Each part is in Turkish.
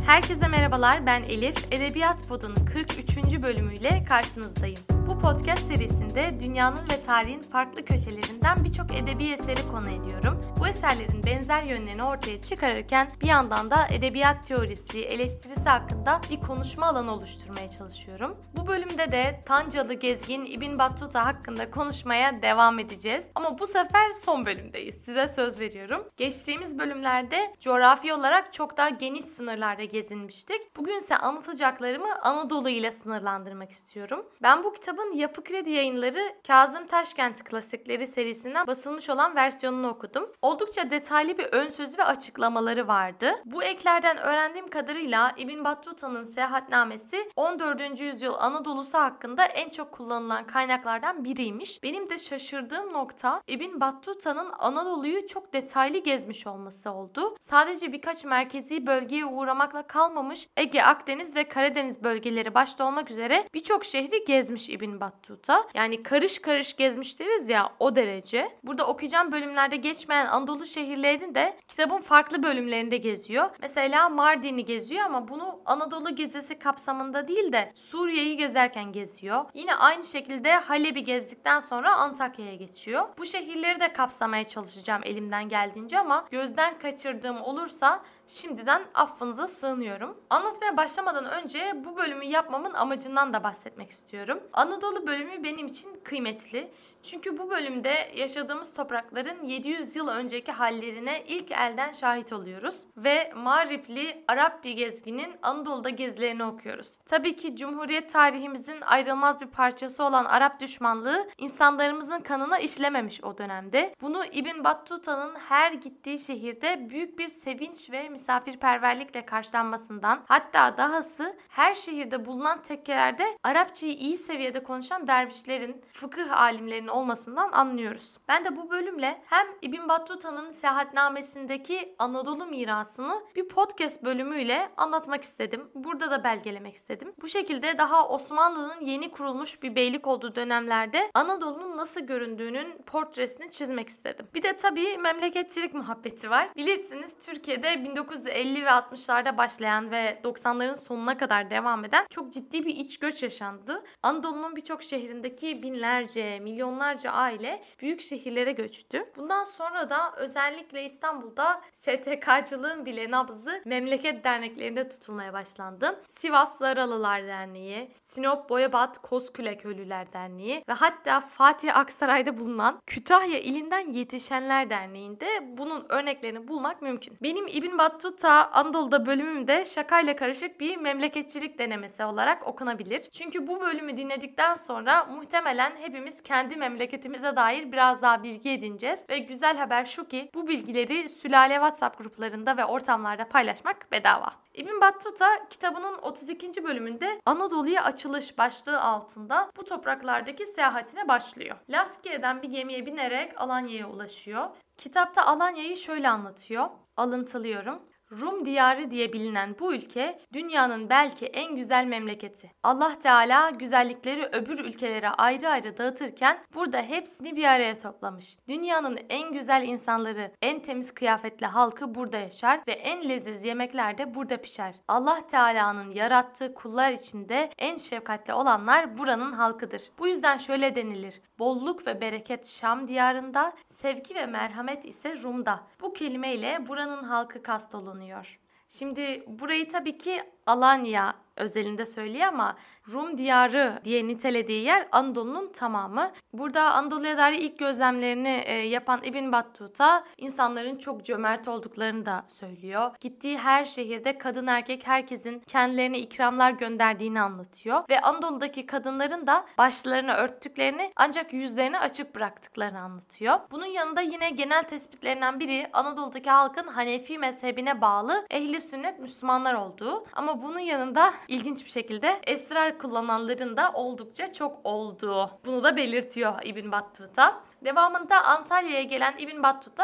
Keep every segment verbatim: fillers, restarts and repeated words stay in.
Herkese merhabalar, ben Elif. Edebiyat Pod'un kırk üçüncü bölümüyle karşınızdayım. Bu podcast serisinde dünyanın ve tarihin farklı köşelerinden birçok edebi eseri konu ediyorum. Bu eserlerin benzer yönlerini ortaya çıkarırken bir yandan da edebiyat teorisi, eleştirisi hakkında bir konuşma alanı oluşturmaya çalışıyorum. Bu bölümde de Tancalı gezgin İbn Battuta hakkında konuşmaya devam edeceğiz. Ama bu sefer son bölümdeyiz. Size söz veriyorum. Geçtiğimiz bölümlerde coğrafi olarak çok daha geniş sınırlarda gezinmiştik. Bugünse anlatacaklarımı Anadolu ile sınırlandırmak istiyorum. Ben bu kitabın Yapı Kredi Yayınları Kazım Taşkent Klasikleri serisinden basılmış olan versiyonunu okudum. Oldukça detaylı bir ön sözü ve açıklamaları vardı. Bu eklerden öğrendiğim kadarıyla İbn Battuta'nın seyahatnamesi on dördüncü yüzyıl Anadolu'su hakkında en çok kullanılan kaynaklardan biriymiş. Benim de şaşırdığım nokta İbn Battuta'nın Anadolu'yu çok detaylı gezmiş olması oldu. Sadece birkaç merkezi bölgeye uğramakla kalmamış, Ege, Akdeniz ve Karadeniz bölgeleri başta olmak üzere birçok şehri gezmiş İbn Battuta. Yani karış karış gezmiş deriz ya, o derece. Burada okuyacağım bölümlerde geçmeyen Anadolu şehirlerini de kitabın farklı bölümlerinde geziyor. Mesela Mardin'i geziyor ama bunu Anadolu gezisi kapsamında değil de Suriye'yi gezerken geziyor. Yine aynı şekilde Halep'i gezdikten sonra Antakya'ya geçiyor. Bu şehirleri de kapsamaya çalışacağım elimden geldiğince ama gözden kaçırdığım olursa şimdiden affınıza sığınıyorum. Anlatmaya başlamadan önce bu bölümü yapmamın amacından da bahsetmek istiyorum. Anadolu bölümü benim için kıymetli. Çünkü bu bölümde yaşadığımız toprakların yedi yüz yıl önceki hallerine ilk elden şahit oluyoruz. Ve Mağripli Arap bir gezginin Anadolu'da gezilerini okuyoruz. Tabii ki Cumhuriyet tarihimizin ayrılmaz bir parçası olan Arap düşmanlığı insanlarımızın kanına işlememiş o dönemde. Bunu İbn Battuta'nın her gittiği şehirde büyük bir sevinç ve misafirperverlikle karşılanmasından, hatta dahası her şehirde bulunan tekkelerde Arapçayı iyi seviyede konuşan dervişlerin, fıkıh alimlerinin olmasından anlıyoruz. Ben de bu bölümle hem İbn Battuta'nın seyahatnamesindeki Anadolu mirasını bir podcast bölümüyle anlatmak istedim. Burada da belgelemek istedim. Bu şekilde daha Osmanlı'nın yeni kurulmuş bir beylik olduğu dönemlerde Anadolu'nun nasıl göründüğünün portresini çizmek istedim. Bir de tabii memleketçilik muhabbeti var. Bilirsiniz Türkiye'de bin dokuz yüz elli ve altmışlarda başlayan ve doksanların sonuna kadar devam eden çok ciddi bir iç göç yaşandı. Anadolu'nun birçok şehrindeki binlerce, milyonlarca aile büyük şehirlere göçtü. Bundan sonra da özellikle İstanbul'da S T K'cılığın bile nabzı memleket derneklerinde tutulmaya başlandı. Sivas Zaralılar Derneği, Sinop Boyabat Kozkülek Ölüler Derneği ve hatta Fatih Aksaray'da bulunan Kütahya ilinden Yetişenler Derneği'nde bunun örneklerini bulmak mümkün. Benim İbn Battuta Anadolu'da bölümümde şakayla karışık bir memleketçilik denemesi olarak okunabilir. Çünkü bu bölümü dinledikten sonra muhtemelen hepimiz kendi memleketimize dair biraz daha bilgi edineceğiz ve güzel haber şu ki bu bilgileri sülale WhatsApp gruplarında ve ortamlarda paylaşmak bedava. İbn Battuta kitabının otuz ikinci bölümünde Anadolu'ya açılış başlığı altında bu topraklardaki seyahatine başlıyor. Laskiye'den bir gemiye binerek Alanya'ya ulaşıyor. Kitapta Alanya'yı şöyle anlatıyor, alıntılıyorum. Rum diyarı diye bilinen bu ülke dünyanın belki en güzel memleketi. Allah Teala güzellikleri öbür ülkelere ayrı ayrı dağıtırken burada hepsini bir araya toplamış. Dünyanın en güzel insanları, en temiz kıyafetli halkı burada yaşar ve en leziz yemekler de burada pişer. Allah Teala'nın yarattığı kullar içinde en şefkatli olanlar buranın halkıdır. Bu yüzden şöyle denilir. Bolluk ve bereket Şam diyarında, sevgi ve merhamet ise Rum'da. Bu kelimeyle buranın halkı kastolunuyor. Şimdi burayı tabii ki Alanya özelinde söylüyor ama Rum diyarı diye nitelediği yer Anadolu'nun tamamı. Burada Anadolu'ya dair ilk gözlemlerini e, yapan İbn Battuta insanların çok cömert olduklarını da söylüyor. Gittiği her şehirde kadın erkek herkesin kendilerine ikramlar gönderdiğini anlatıyor. Ve Anadolu'daki kadınların da başlarını örttüklerini ancak yüzlerini açık bıraktıklarını anlatıyor. Bunun yanında yine genel tespitlerinden biri Anadolu'daki halkın Hanefi mezhebine bağlı ehli sünnet Müslümanlar olduğu. Ama bunun yanında İlginç bir şekilde esrar kullananların da oldukça çok olduğu. Bunu da belirtiyor İbn Battuta. Devamında Antalya'ya gelen İbn Battuta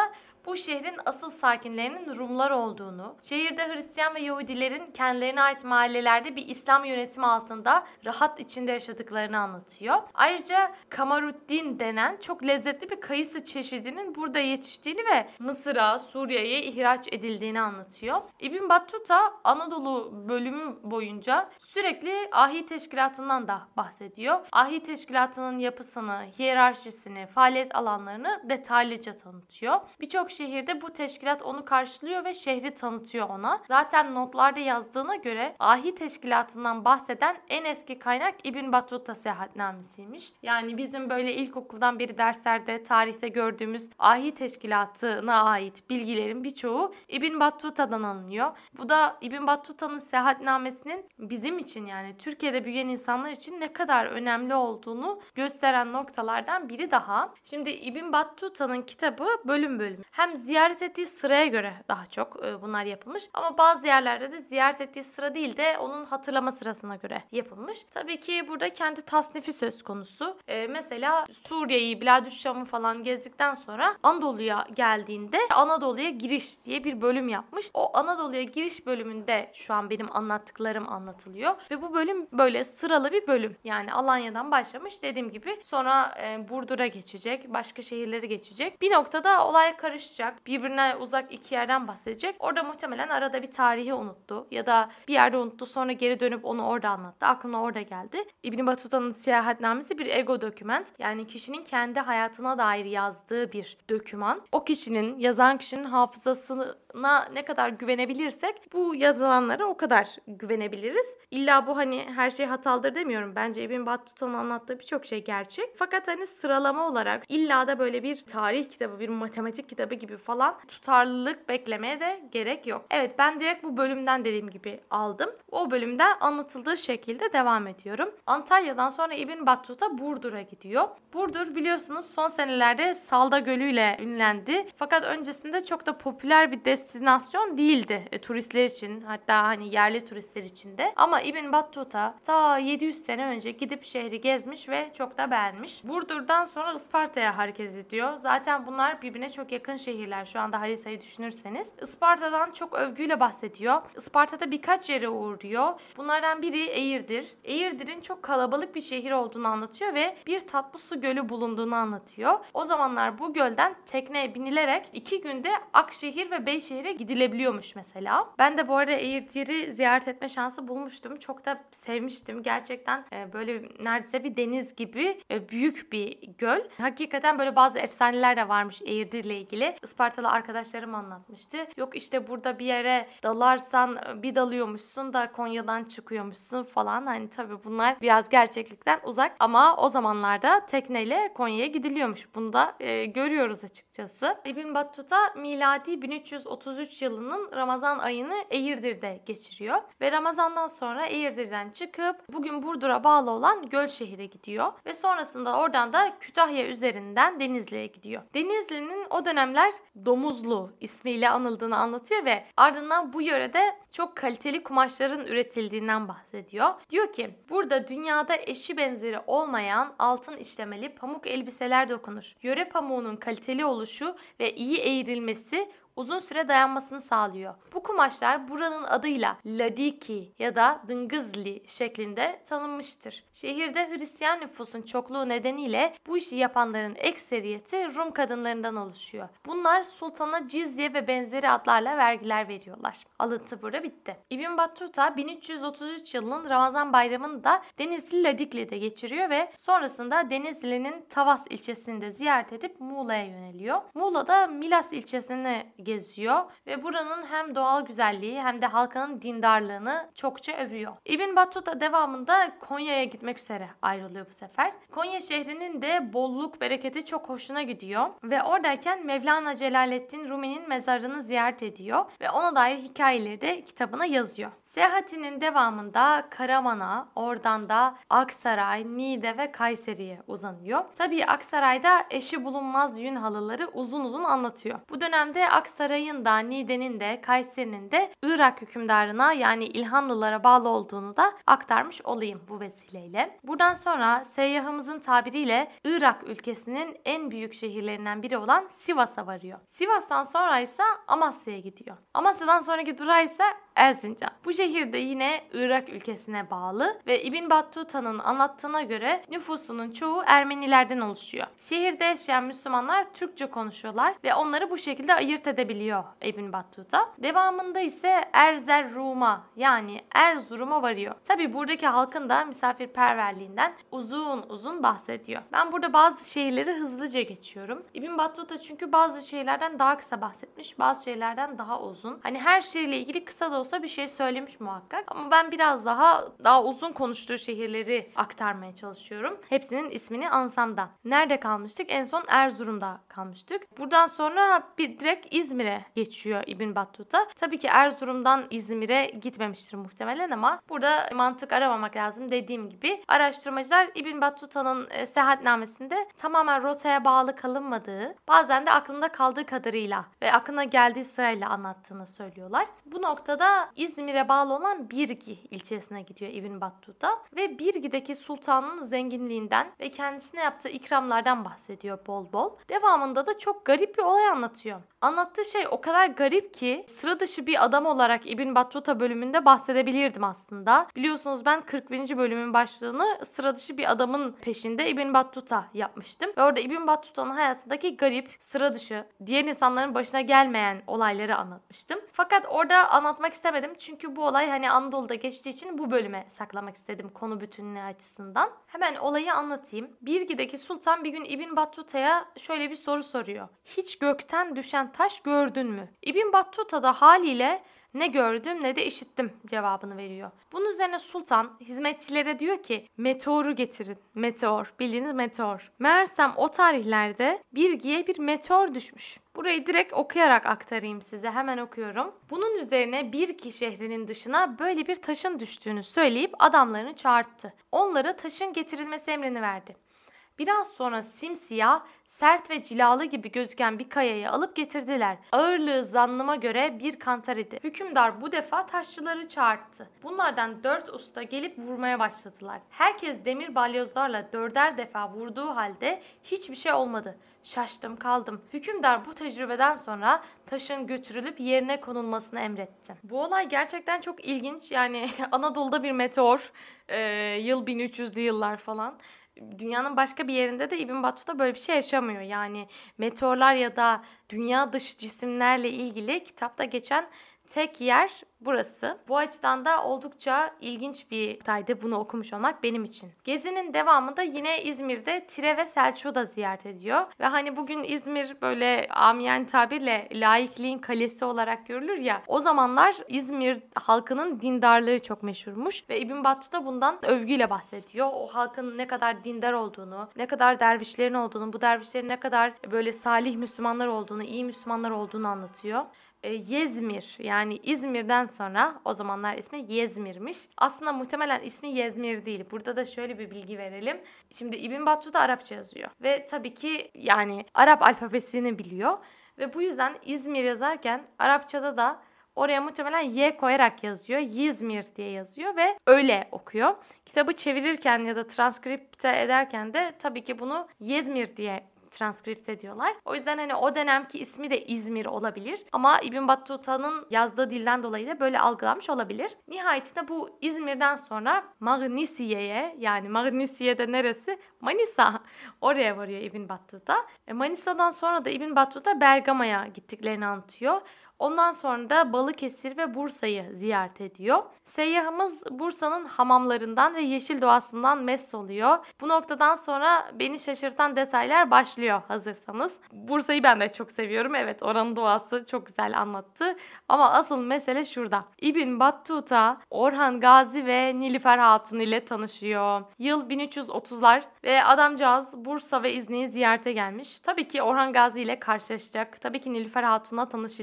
bu şehrin asıl sakinlerinin Rumlar olduğunu, şehirde Hristiyan ve Yahudilerin kendilerine ait mahallelerde bir İslam yönetimi altında rahat içinde yaşadıklarını anlatıyor. Ayrıca Kamaruddin denen çok lezzetli bir kayısı çeşidinin burada yetiştiğini ve Mısır'a, Suriye'ye ihraç edildiğini anlatıyor. İbn Battuta Anadolu bölümü boyunca sürekli ahi teşkilatından da bahsediyor. Ahi teşkilatının yapısını, hiyerarşisini, faaliyet alanlarını detaylıca tanıtıyor. Birçok şehirde bu teşkilat onu karşılıyor ve şehri tanıtıyor ona. Zaten notlarda yazdığına göre ahi teşkilatından bahseden en eski kaynak İbn Battuta seyahatnamesiymiş. Yani bizim böyle ilkokuldan beri derslerde, tarihte gördüğümüz ahi teşkilatına ait bilgilerin birçoğu İbn Battuta'dan alınıyor. Bu da İbn Battuta'nın seyahatnamesinin bizim için, yani Türkiye'de büyüyen insanlar için ne kadar önemli olduğunu gösteren noktalardan biri daha. Şimdi İbn Battuta'nın kitabı bölüm bölüm. Hem ziyaret ettiği sıraya göre daha çok bunlar yapılmış ama bazı yerlerde de ziyaret ettiği sıra değil de onun hatırlama sırasına göre yapılmış. Tabii ki burada kendi tasnifi söz konusu. Ee, mesela Suriye'yi, Biladüzşam'ı falan gezdikten sonra Anadolu'ya geldiğinde Anadolu'ya giriş diye bir bölüm yapmış. O Anadolu'ya giriş bölümünde şu an benim anlattıklarım anlatılıyor ve bu bölüm böyle sıralı bir bölüm. Yani Alanya'dan başlamış dediğim gibi, sonra e, Burdur'a geçecek, başka şehirleri geçecek. Bir noktada olay karışacak. Birbirine uzak iki yerden bahsedecek. Orada muhtemelen arada bir tarihi unuttu ya da bir yerde unuttu, sonra geri dönüp onu orada anlattı. Aklına orada geldi. İbn Battuta'nın seyahatnamesi bir ego doküment. Yani kişinin kendi hayatına dair yazdığı bir doküman. O kişinin, yazan kişinin hafızasına ne kadar güvenebilirsek bu yazılanlara o kadar güvenebiliriz. İlla bu hani her şey hatalıdır demiyorum. Bence İbn Battuta'nın anlattığı birçok şey gerçek. Fakat hani sıralama olarak illa da böyle bir tarih kitabı, bir matematik kitabı gibi falan tutarlılık beklemeye de gerek yok. Evet, ben direkt bu bölümden dediğim gibi aldım. O bölümden anlatıldığı şekilde devam ediyorum. Antalya'dan sonra İbn Battuta Burdur'a gidiyor. Burdur biliyorsunuz son senelerde Salda Gölü ile ünlendi. Fakat öncesinde çok da popüler bir destinasyon değildi e, turistler için, hatta hani yerli turistler için de. Ama İbn Battuta ta yedi yüz sene önce gidip şehri gezmiş ve çok da beğenmiş. Burdur'dan sonra Isparta'ya hareket ediyor. Zaten bunlar birbirine çok yakın şehirler şu anda haritayı düşünürseniz. Isparta'dan çok övgüyle bahsediyor. Isparta'da birkaç yere uğruyor. Bunlardan biri Eğirdir. Eğirdir'in çok kalabalık bir şehir olduğunu anlatıyor ve bir tatlı su gölü bulunduğunu anlatıyor. O zamanlar bu gölden tekneye binilerek iki günde Akşehir ve Beyşehir'e gidilebiliyormuş mesela. Ben de bu arada Eğirdir'i ziyaret etme şansı bulmuştum. Çok da sevmiştim. Gerçekten e, böyle neredeyse bir deniz gibi e, büyük bir göl. Hakikaten böyle bazı efsaneler de varmış Eğirdir'le ilgili. Ispartalı arkadaşlarım anlatmıştı. Yok işte burada bir yere dalarsan bir dalıyormuşsun da Konya'dan çıkıyormuşsun falan. Hani tabii bunlar biraz gerçeklikten uzak ama o zamanlarda tekneyle Konya'ya gidiliyormuş. Bunu da e, görüyoruz açıkçası. İbn Battuta miladi bin üç yüz otuz üç yılının Ramazan ayını Eğirdir'de geçiriyor ve Ramazan'dan sonra Eğirdir'den çıkıp bugün Burdur'a bağlı olan Gölşehir'e gidiyor ve sonrasında oradan da Kütahya üzerinden Denizli'ye gidiyor. Denizli'nin o dönemler Domuzlu ismiyle anıldığını anlatıyor ve ardından bu yörede çok kaliteli kumaşların üretildiğinden bahsediyor. Diyor ki burada dünyada eşi benzeri olmayan altın işlemeli pamuk elbiseler dokunur. Yöre pamuğunun kaliteli oluşu ve iyi eğrilmesi uzun süre dayanmasını sağlıyor. Bu kumaşlar buranın adıyla Ladiki ya da Dıngızli şeklinde tanınmıştır. Şehirde Hristiyan nüfusun çokluğu nedeniyle bu işi yapanların ekseriyeti Rum kadınlarından oluşuyor. Bunlar sultana cizye ve benzeri adlarla vergiler veriyorlar. Alıntı burada bitti. İbn Battuta bin üç yüz otuz üç yılının Ramazan bayramını da Denizli Ladikli'de geçiriyor ve sonrasında Denizli'nin Tavas ilçesini de ziyaret edip Muğla'ya yöneliyor. Muğla'da Milas ilçesini geziyor ve buranın hem doğal güzelliği hem de halkının dindarlığını çokça övüyor. İbn Battuta devamında Konya'ya gitmek üzere ayrılıyor bu sefer. Konya şehrinin de bolluk bereketi çok hoşuna gidiyor ve oradayken Mevlana Celaleddin Rumi'nin mezarını ziyaret ediyor ve ona dair hikayeleri de kitabına yazıyor. Seyahatinin devamında Karaman'a, oradan da Aksaray, Niğde ve Kayseri'ye uzanıyor. Tabii Aksaray'da eşi bulunmaz yün halıları uzun uzun anlatıyor. Bu dönemde Aksaray'da Aksaray'ın da, Niğde'nin de, Kayseri'nin de Irak hükümdarına yani İlhanlılara bağlı olduğunu da aktarmış olayım bu vesileyle. Buradan sonra seyyahımızın tabiriyle Irak ülkesinin en büyük şehirlerinden biri olan Sivas'a varıyor. Sivas'tan sonra ise Amasya'ya gidiyor. Amasya'dan sonraki durağı ise Erzincan. Bu şehir de yine Irak ülkesine bağlı ve İbn Battuta'nın anlattığına göre nüfusunun çoğu Ermenilerden oluşuyor. Şehirde yaşayan Müslümanlar Türkçe konuşuyorlar ve onları bu şekilde ayırt edebiliyor İbn Battuta. Devamında ise Erzerum'a yani Erzurum'a varıyor. Tabi buradaki halkın da misafirperverliğinden uzun uzun bahsediyor. Ben burada bazı şehirleri hızlıca geçiyorum. İbn Battuta çünkü bazı şeylerden daha kısa bahsetmiş, bazı şeylerden daha uzun. Hani her şeyle ilgili kısa da olsa bir şey söylemiş muhakkak. Ama ben biraz daha daha uzun konuştuğu şehirleri aktarmaya çalışıyorum. Hepsinin ismini ansam da. Nerede kalmıştık? En son Erzurum'da kalmıştık. Buradan sonra bir direkt İzmir'e geçiyor İbn Battuta. Tabii ki Erzurum'dan İzmir'e gitmemiştir muhtemelen ama burada mantık aramamak lazım. Dediğim gibi araştırmacılar İbn Battuta'nın e, seyahatnamesinde tamamen rotaya bağlı kalınmadığı, bazen de aklında kaldığı kadarıyla ve aklına geldiği sırayla anlattığını söylüyorlar. Bu noktada İzmir'e bağlı olan Birgi ilçesine gidiyor İbn Battuta ve Birgi'deki sultanın zenginliğinden ve kendisine yaptığı ikramlardan bahsediyor bol bol. Devamında da çok garip bir olay anlatıyor. Anlattığı şey o kadar garip ki sıra dışı bir adam olarak İbn Battuta bölümünde bahsedebilirdim aslında. Biliyorsunuz ben kırk birinci bölümün başlığını sıra dışı bir adamın peşinde İbn Battuta yapmıştım. Ve orada İbn Battuta'nın hayatındaki garip, sıra dışı, diğer insanların başına gelmeyen olayları anlatmıştım. Fakat orada anlatmak istemedim çünkü bu olay hani Anadolu'da geçtiği için bu bölüme saklamak istedim konu bütünlüğü açısından. Hemen olayı anlatayım. Birgi'deki sultan bir gün İbn Battuta'ya şöyle bir soru soruyor. Hiç gökten düşen taş gördün mü? İbn Battuta da haliyle ne gördüm ne de işittim cevabını veriyor. Bunun üzerine sultan hizmetçilere diyor ki meteoru getirin. Meteor, bildiğiniz meteor. Meğersem o tarihlerde Birgi'ye bir meteor düşmüş. Burayı direkt okuyarak aktarayım size. Hemen okuyorum. Bunun üzerine Birgi şehrinin dışına böyle bir taşın düştüğünü söyleyip adamlarını çağırttı. Onlara taşın getirilmesi emrini verdi. Biraz sonra simsiyah, sert ve cilalı gibi gözüken bir kayayı alıp getirdiler. Ağırlığı zannıma göre bir kantar idi. Hükümdar bu defa taşçıları çağırttı. Bunlardan dört usta gelip vurmaya başladılar. Herkes demir balyozlarla dörder defa vurduğu halde hiçbir şey olmadı. Şaştım kaldım. Hükümdar bu tecrübeden sonra taşın götürülüp yerine konulmasını emretti. Bu olay gerçekten çok ilginç. Yani Anadolu'da bir meteor, e, yıl bin üç yüzlü yıllar falan. Dünyanın başka bir yerinde de İbn Battuta böyle bir şey yaşamıyor. Yani meteorlar ya da dünya dışı cisimlerle ilgili kitapta geçen tek yer burası. Bu açıdan da oldukça ilginç bir detaydı bunu okumuş olmak benim için. Gezinin devamında yine İzmir'de Tire ve Selçuk'u da ziyaret ediyor. Ve hani bugün İzmir böyle amiyane tabirle laikliğin kalesi olarak görülür ya. O zamanlar İzmir halkının dindarlığı çok meşhurmuş. Ve İbn Battuta bundan övgüyle bahsediyor. O halkın ne kadar dindar olduğunu, ne kadar dervişlerin olduğunu, bu dervişlerin ne kadar böyle salih Müslümanlar olduğunu, iyi Müslümanlar olduğunu anlatıyor. Yezmir yani İzmir'den sonra o zamanlar ismi Yezmir'miş. Aslında muhtemelen ismi Yezmir değil. Burada da şöyle bir bilgi verelim. Şimdi İbn Battuta Arapça yazıyor ve tabii ki yani Arap alfabesini biliyor ve bu yüzden İzmir yazarken Arapçada da oraya muhtemelen Y koyarak yazıyor. Yizmir diye yazıyor ve öyle okuyor. Kitabı çevirirken ya da transkripte ederken de tabii ki bunu Yezmir diye transkript ediyorlar. O yüzden hani o dönemki ismi de İzmir olabilir. Ama İbn Battuta'nın yazdığı dilden dolayı da böyle algılanmış olabilir. Nihayetinde bu İzmir'den sonra Magnisiye'ye yani Magnisiye'de neresi? Manisa. Oraya varıyor İbn Battuta. E Manisa'dan sonra da İbn Battuta Bergama'ya gittiklerini anlatıyor. Ondan sonra da Balıkesir ve Bursa'yı ziyaret ediyor. Seyyahımız Bursa'nın hamamlarından ve yeşil doğasından mest oluyor. Bu noktadan sonra beni şaşırtan detaylar başlıyor hazırsanız. Bursa'yı ben de çok seviyorum. Evet, oranın doğası çok güzel anlattı. Ama asıl mesele şurada. İbn Battuta, Orhan Gazi ve Nilüfer Hatun ile tanışıyor. Yıl bin üç yüz otuzlar ve adamcağız Bursa ve İznik'i ziyarete gelmiş. Tabii ki Orhan Gazi ile karşılaşacak. Tabii ki Nilüfer Hatun'la tanışacak. Ama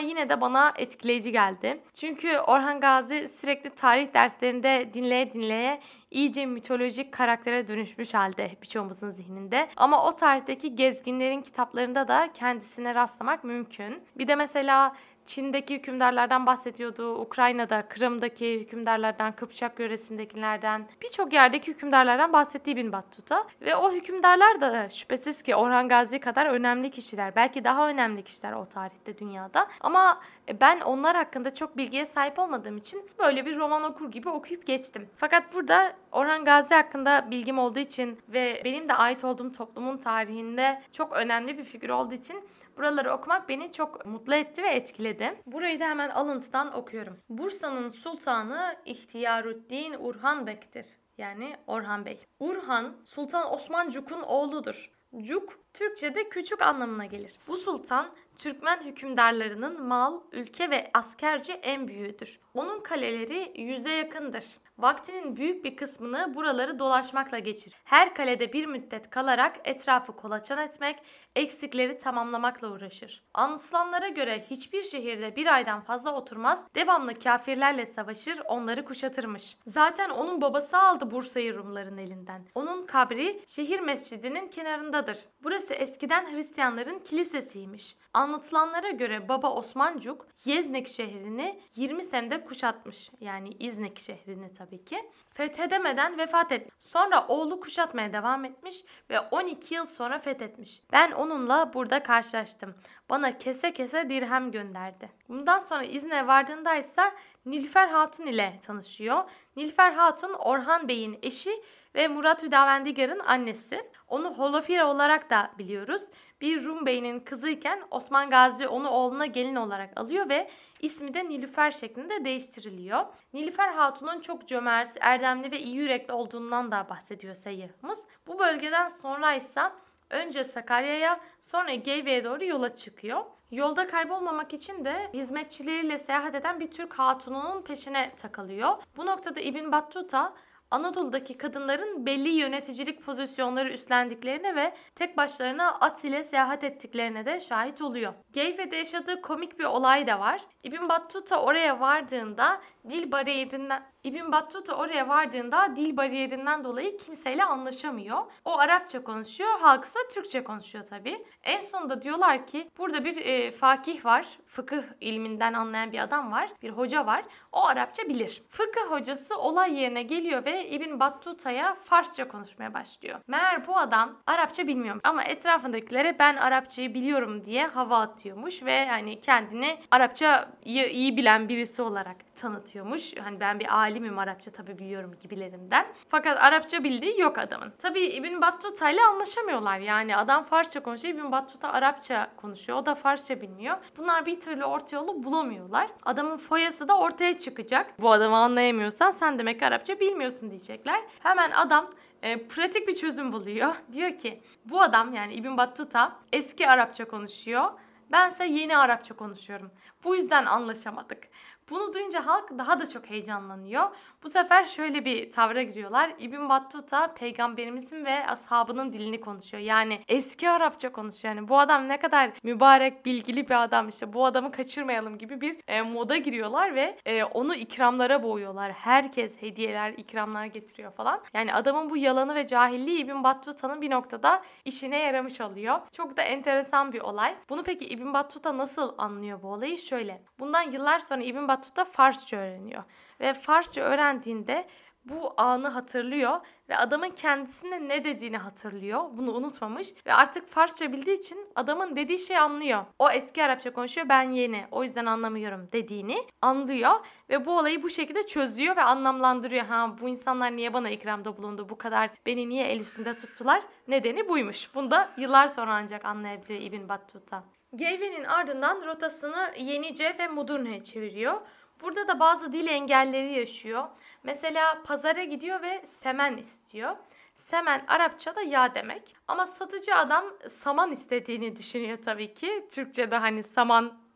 yine de bana etkileyici geldi. Çünkü Orhan Gazi sürekli tarih derslerinde dinleye dinleye iyice mitolojik karaktere dönüşmüş halde birçoğumuzun zihninde. Ama o tarihteki gezginlerin kitaplarında da kendisine rastlamak mümkün. Bir de mesela Çin'deki hükümdarlardan bahsediyordu, Ukrayna'da, Kırım'daki hükümdarlardan, Kıpçak yöresindekilerden, birçok yerdeki hükümdarlardan bahsettiği Ibn Battuta. Ve o hükümdarlar da şüphesiz ki Orhan Gazi kadar önemli kişiler, belki daha önemli kişiler o tarihte dünyada. Ama ben onlar hakkında çok bilgiye sahip olmadığım için böyle bir roman okur gibi okuyup geçtim. Fakat burada Orhan Gazi hakkında bilgim olduğu için ve benim de ait olduğum toplumun tarihinde çok önemli bir figür olduğu için buraları okumak beni çok mutlu etti ve etkiledi. Burayı da hemen alıntıdan okuyorum. Bursa'nın sultanı İhtiyarüddin Urhan Bek'tir. Yani Orhan Bey. Urhan, Sultan Osman Cuk'un oğludur. Cuk, Türkçe'de küçük anlamına gelir. Bu sultan, Türkmen hükümdarlarının mal, ülke ve askerce en büyüğüdür. Onun kaleleri yüze yakındır. Vaktinin büyük bir kısmını buraları dolaşmakla geçirir. Her kalede bir müddet kalarak etrafı kolaçan etmek, eksikleri tamamlamakla uğraşır. Anlatılanlara göre hiçbir şehirde bir aydan fazla oturmaz, devamlı kafirlerle savaşır, onları kuşatırmış. Zaten onun babası aldı Bursa'yı Rumların elinden. Onun kabri şehir mescidinin kenarındadır. Burası eskiden Hristiyanların kilisesiymiş. Anlatılanlara göre baba Osmancuk Yeznek şehrini yirmi senede kuşatmış. Yani İznik şehrini tabii ki. Fethedemeden vefat etmiş. Sonra oğlu kuşatmaya devam etmiş ve on iki yıl sonra fethetmiş. Ben onunla burada karşılaştım. Bana kese kese dirhem gönderdi. Bundan sonra İznik'e vardığında ise Nilüfer Hatun ile tanışıyor. Nilüfer Hatun Orhan Bey'in eşi ve Murat Hüdavendigar'ın annesi. Onu Holofira olarak da biliyoruz. Bir Rum beyinin kızıyken Osman Gazi onu oğluna gelin olarak alıyor ve ismi de Nilüfer şeklinde değiştiriliyor. Nilüfer Hatun'un çok cömert, erdemli ve iyi yürekli olduğundan da bahsediyor seyyahımız. Bu bölgeden sonra ise önce Sakarya'ya sonra Geyve'ye doğru yola çıkıyor. Yolda kaybolmamak için de hizmetçileriyle seyahat eden bir Türk hatununun peşine takılıyor. Bu noktada İbn Battuta Anadolu'daki kadınların belli yöneticilik pozisyonları üstlendiklerine ve tek başlarına at ile seyahat ettiklerine de şahit oluyor. Geyve'de yaşadığı komik bir olay da var. İbn Battuta oraya vardığında dil bariyerinden İbn Battuta oraya vardığında dil bariyerinden dolayı kimseyle anlaşamıyor. O Arapça konuşuyor, halk ise Türkçe konuşuyor tabii. En sonunda diyorlar ki burada bir e, fakih var, fıkıh ilminden anlayan bir adam var, bir hoca var. O Arapça bilir. Fıkıh hocası olay yerine geliyor ve İbn Battuta'ya Farsça konuşmaya başlıyor. Meğer bu adam Arapça bilmiyor ama etrafındakilere ben Arapçayı biliyorum diye hava atıyormuş ve hani kendini Arapçayı iyi bilen birisi olarak tanıtıyormuş. Hani ben bir alimim, Arapça tabii biliyorum gibilerinden. Fakat Arapça bildiği yok adamın. Tabii İbn Battuta ile anlaşamıyorlar. Yani adam Farsça konuşuyor, İbn Battuta Arapça konuşuyor. O da Farsça bilmiyor. Bunlar bir türlü orta yolu bulamıyorlar. Adamın foyası da ortaya çıkacak. Bu adamı anlayamıyorsan sen demek ki Arapça bilmiyorsun diyecekler. Hemen adam E, pratik bir çözüm buluyor. Diyor ki bu adam yani İbn Battuta eski Arapça konuşuyor. Bense yeni Arapça konuşuyorum. Bu yüzden anlaşamadık. Bunu duyunca halk daha da çok heyecanlanıyor. Bu sefer şöyle bir tavra giriyorlar. İbn Battuta peygamberimizin ve ashabının dilini konuşuyor. Yani eski Arapça konuşuyor. Yani bu adam ne kadar mübarek, bilgili bir adam, işte bu adamı kaçırmayalım gibi bir e, moda giriyorlar ve e, onu ikramlara boğuyorlar. Herkes hediyeler, ikramlar getiriyor falan. Yani adamın bu yalanı ve cahilliği İbn Battuta'nın bir noktada işine yaramış oluyor. Çok da enteresan bir olay. Bunu peki İbn Battuta nasıl anlıyor bu olayı? Şöyle. Bundan yıllar sonra İbn Battuta Farsça öğreniyor. Ve Farsça öğrendiğinde bu anı hatırlıyor ve adamın kendisine ne dediğini hatırlıyor. Bunu unutmamış ve artık Farsça bildiği için adamın dediği şeyi anlıyor. O eski Arapça konuşuyor, ben yeni, o yüzden anlamıyorum dediğini anlıyor ve bu olayı bu şekilde çözüyor ve anlamlandırıyor. Ha, bu insanlar niye bana ikramda bulundu, bu kadar beni niye el üstünde tuttular? Nedeni buymuş. Bunu da yıllar sonra ancak anlayabiliyor İbn Battuta. Geyve'nin ardından rotasını Yenice ve Mudurnu'ya çeviriyor. Burada da bazı dil engelleri yaşıyor. Mesela pazara gidiyor ve semen istiyor. Semen Arapçada yağ demek. Ama satıcı adam saman istediğini düşünüyor tabii ki. Türkçe'de hani saman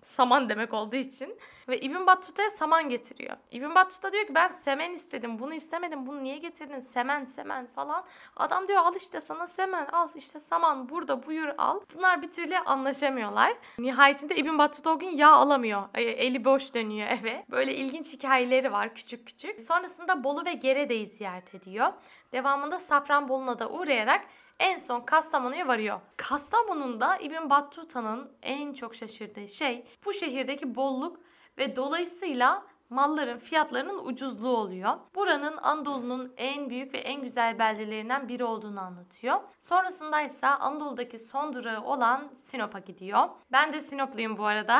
saman demek olduğu için. Ve İbn Battuta'ya saman getiriyor. İbn Battuta diyor ki ben semen istedim, bunu istemedim, bunu niye getirdin? Semen semen falan. Adam diyor al işte sana semen, al işte saman burada, buyur al. Bunlar bir türlü anlaşamıyorlar. Nihayetinde İbn Battuta o gün yağ alamıyor. Eli boş dönüyor eve. Böyle ilginç hikayeleri var küçük küçük. Sonrasında Bolu ve Gerede'yi ziyaret ediyor. Devamında Safranbolu'na da uğrayarak en son Kastamonu'ya varıyor. Kastamonu'nda İbn Battuta'nın en çok şaşırdığı şey bu şehirdeki bolluk ve dolayısıyla malların fiyatlarının ucuzluğu oluyor. Buranın Anadolu'nun en büyük ve en güzel beldelerinden biri olduğunu anlatıyor. Sonrasında ise Anadolu'daki son durağı olan Sinop'a gidiyor. Ben de Sinopluyum bu arada.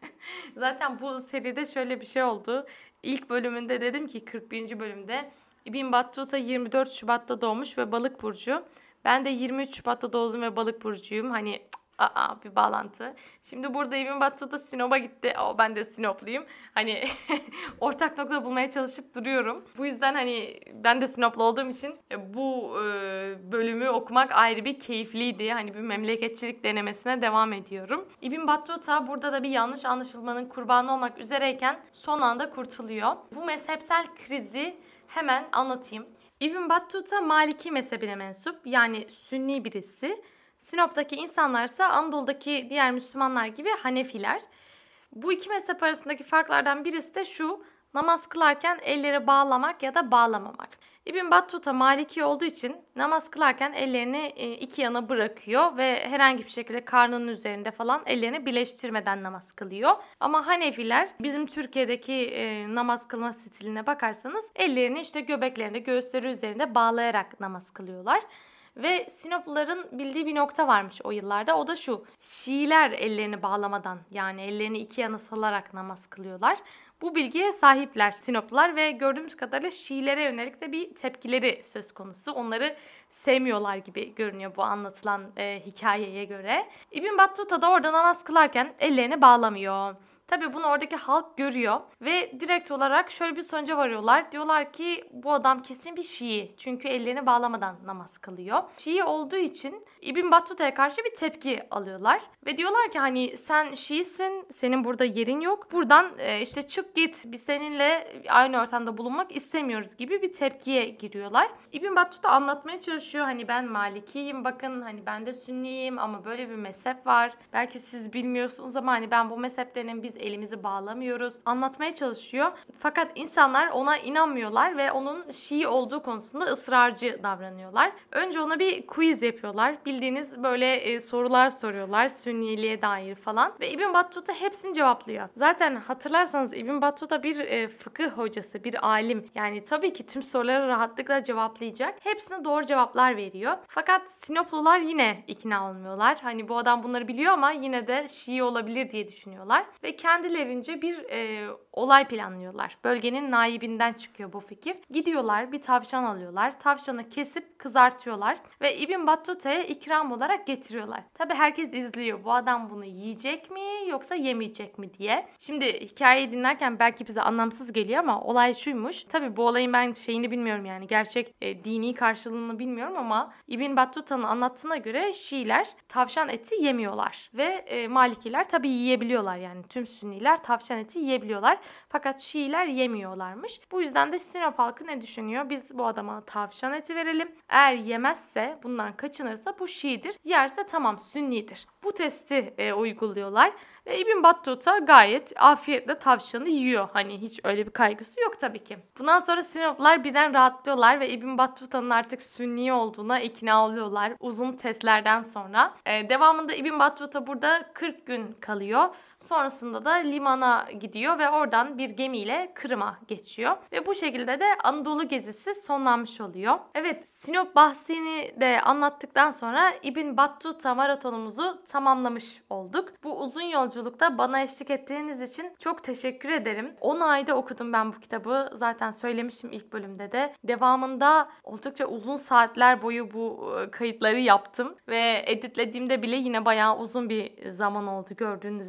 Zaten bu seride şöyle bir şey oldu. İlk bölümünde dedim ki kırk birinci bölümde İbn Battuta yirmi dört Şubat'ta doğmuş ve Balık burcu. Ben de yirmi üç Şubat'ta doğdum ve Balık burcuyum. Hani aa bir bağlantı. Şimdi burada İbn Battuta Sinop'a gitti. O ben de Sinopluyum. Hani ortak nokta bulmaya çalışıp duruyorum. Bu yüzden hani ben de Sinoplu olduğum için bu e, bölümü okumak ayrı bir keyifliydi. Hani bir memleketçilik denemesine devam ediyorum. İbn Battuta burada da bir yanlış anlaşılmanın kurbanı olmak üzereyken son anda kurtuluyor. Bu mezhepsel krizi hemen anlatayım. İbn Battuta Maliki mezhebine mensup, yani Sünni birisi. Sinop'taki insanlarsa Anadolu'daki diğer Müslümanlar gibi Hanefiler. Bu iki mezhep arasındaki farklardan birisi de şu: namaz kılarken elleri bağlamak ya da bağlamamak. İbn Battuta Maliki olduğu için namaz kılarken ellerini iki yana bırakıyor ve herhangi bir şekilde karnının üzerinde falan ellerini birleştirmeden namaz kılıyor. Ama Hanefiler bizim Türkiye'deki e, namaz kılma stiline bakarsanız ellerini işte göbeklerinde, göğüsleri üzerinde bağlayarak namaz kılıyorlar. Ve Sinopluların bildiği bir nokta varmış o yıllarda. O da şu: Şiiler ellerini bağlamadan, yani ellerini iki yana salarak namaz kılıyorlar. Bu bilgiye sahipler Sinoplular ve gördüğümüz kadarıyla Şiilere yönelik de bir tepkileri söz konusu. Onları sevmiyorlar gibi görünüyor bu anlatılan e, hikayeye göre. İbn Battuta da orada namaz kılarken ellerini bağlamıyor. Tabii bunu oradaki halk görüyor ve direkt olarak şöyle bir sonuca varıyorlar. Diyorlar ki bu adam kesin bir Şii. Çünkü ellerini bağlamadan namaz kılıyor. Şii olduğu için İbn Battuta'ya karşı bir tepki alıyorlar. Ve diyorlar ki hani sen Şiisin, senin burada yerin yok. Buradan e, işte çık git, biz seninle aynı ortamda bulunmak istemiyoruz gibi bir tepkiye giriyorlar. İbn Battuta anlatmaya çalışıyor. Hani ben Malikiyim, bakın hani ben de Sünniyim ama böyle bir mezhep var. Belki siz bilmiyorsunuz ama hani ben bu mezheplerin biz elimizi bağlamıyoruz. Anlatmaya çalışıyor. Fakat insanlar ona inanmıyorlar ve onun Şii olduğu konusunda ısrarcı davranıyorlar. Önce ona bir quiz yapıyorlar. Bildiğiniz böyle e, sorular soruyorlar Sünniliğe dair falan. Ve İbn Battuta hepsini cevaplıyor. Zaten hatırlarsanız İbn Battuta bir e, fıkıh hocası, bir alim. Yani tabii ki tüm soruları rahatlıkla cevaplayacak. Hepsine doğru cevaplar veriyor. Fakat Sinoplular yine ikna olmuyorlar. Hani bu adam bunları biliyor ama yine de Şii olabilir diye düşünüyorlar. Ve kendilerince bir e, olay planlıyorlar. Bölgenin naibinden çıkıyor bu fikir. Gidiyorlar, bir tavşan alıyorlar. Tavşanı kesip kızartıyorlar ve İbn Battuta'ya ikram olarak getiriyorlar. Tabii herkes izliyor. Bu adam bunu yiyecek mi yoksa yemeyecek mi diye. Şimdi hikayeyi dinlerken belki bize anlamsız geliyor ama olay şuymuş. Tabii bu olayın ben şeyini bilmiyorum, yani gerçek e, dini karşılığını bilmiyorum ama İbn Battuta'nın anlattığına göre Şiiler tavşan eti yemiyorlar ve e, Malikiler tabii yiyebiliyorlar, yani tüm Sünniler tavşan eti yiyebiliyorlar. Fakat Şiiler yemiyorlarmış. Bu yüzden de Sinop halkı ne düşünüyor? Biz bu adama tavşan eti verelim. Eğer yemezse, bundan kaçınırsa bu Şiidir. Yerse tamam Sünnidir. Bu testi e, uyguluyorlar. Ve İbn Battuta gayet afiyetle tavşanı yiyor. Hani hiç öyle bir kaygısı yok tabii ki. Bundan sonra Sinoplular birden rahatlıyorlar ve İbn Battuta'nın artık Sünni olduğuna ikna oluyorlar uzun testlerden sonra. Ee, devamında İbn Battuta burada kırk gün kalıyor. Sonrasında da limana gidiyor ve oradan bir gemiyle Kırım'a geçiyor. Ve bu şekilde de Anadolu gezisi sonlanmış oluyor. Evet, Sinop bahsini de anlattıktan sonra İbn Battuta maratonumuzu tamamlamış olduk. Bu uzun yolculukta bana eşlik ettiğiniz için çok teşekkür ederim. on ayda okudum ben bu kitabı. Zaten söylemiştim ilk bölümde de. Devamında oldukça uzun saatler boyu bu kayıtları yaptım. Ve editlediğimde bile yine bayağı uzun bir zaman oldu gördüğünüz üzere.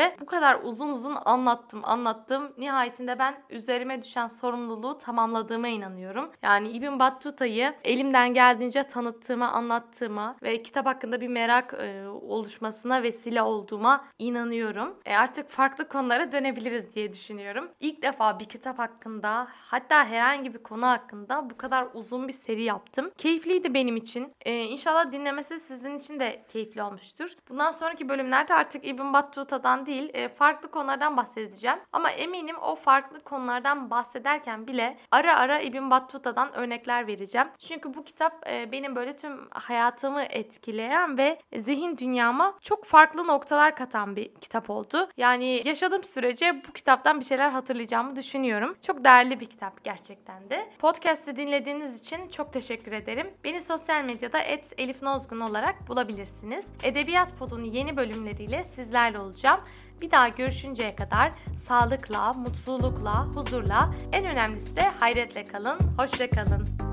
size. Bu kadar uzun uzun anlattım anlattım. Nihayetinde ben üzerime düşen sorumluluğu tamamladığıma inanıyorum. Yani İbn Battuta'yı elimden geldiğince tanıttığıma, anlattığıma ve kitap hakkında bir merak e, oluşmasına vesile olduğuma inanıyorum. E, artık farklı konulara dönebiliriz diye düşünüyorum. İlk defa bir kitap hakkında, hatta herhangi bir konu hakkında bu kadar uzun bir seri yaptım. Keyifliydi benim için. E, İnşallah dinlemesi sizin için de keyifli olmuştur. Bundan sonraki bölümlerde artık İbn Battuta'dan değil, e, farklı konulardan bahsedeceğim. Ama eminim o farklı konulardan bahsederken bile ara ara İbn Battuta'dan örnekler vereceğim. Çünkü bu kitap e, benim böyle tüm hayatımı etkileyen ve zihin dünyama çok farklı noktalar katan bir kitap oldu. Yani yaşadığım sürece bu kitaptan bir şeyler hatırlayacağımı düşünüyorum. Çok değerli bir kitap gerçekten de. Podcast'ı dinlediğiniz için çok teşekkür ederim. Beni sosyal medyada et elif nozgun olarak bulabilirsiniz. Edebiyat Pod'un yeni bölümleriyle sizlerle olacağım. Bir daha görüşünceye kadar sağlıkla, mutlulukla, huzurla, en önemlisi de hayretle kalın. Hoşça kalın.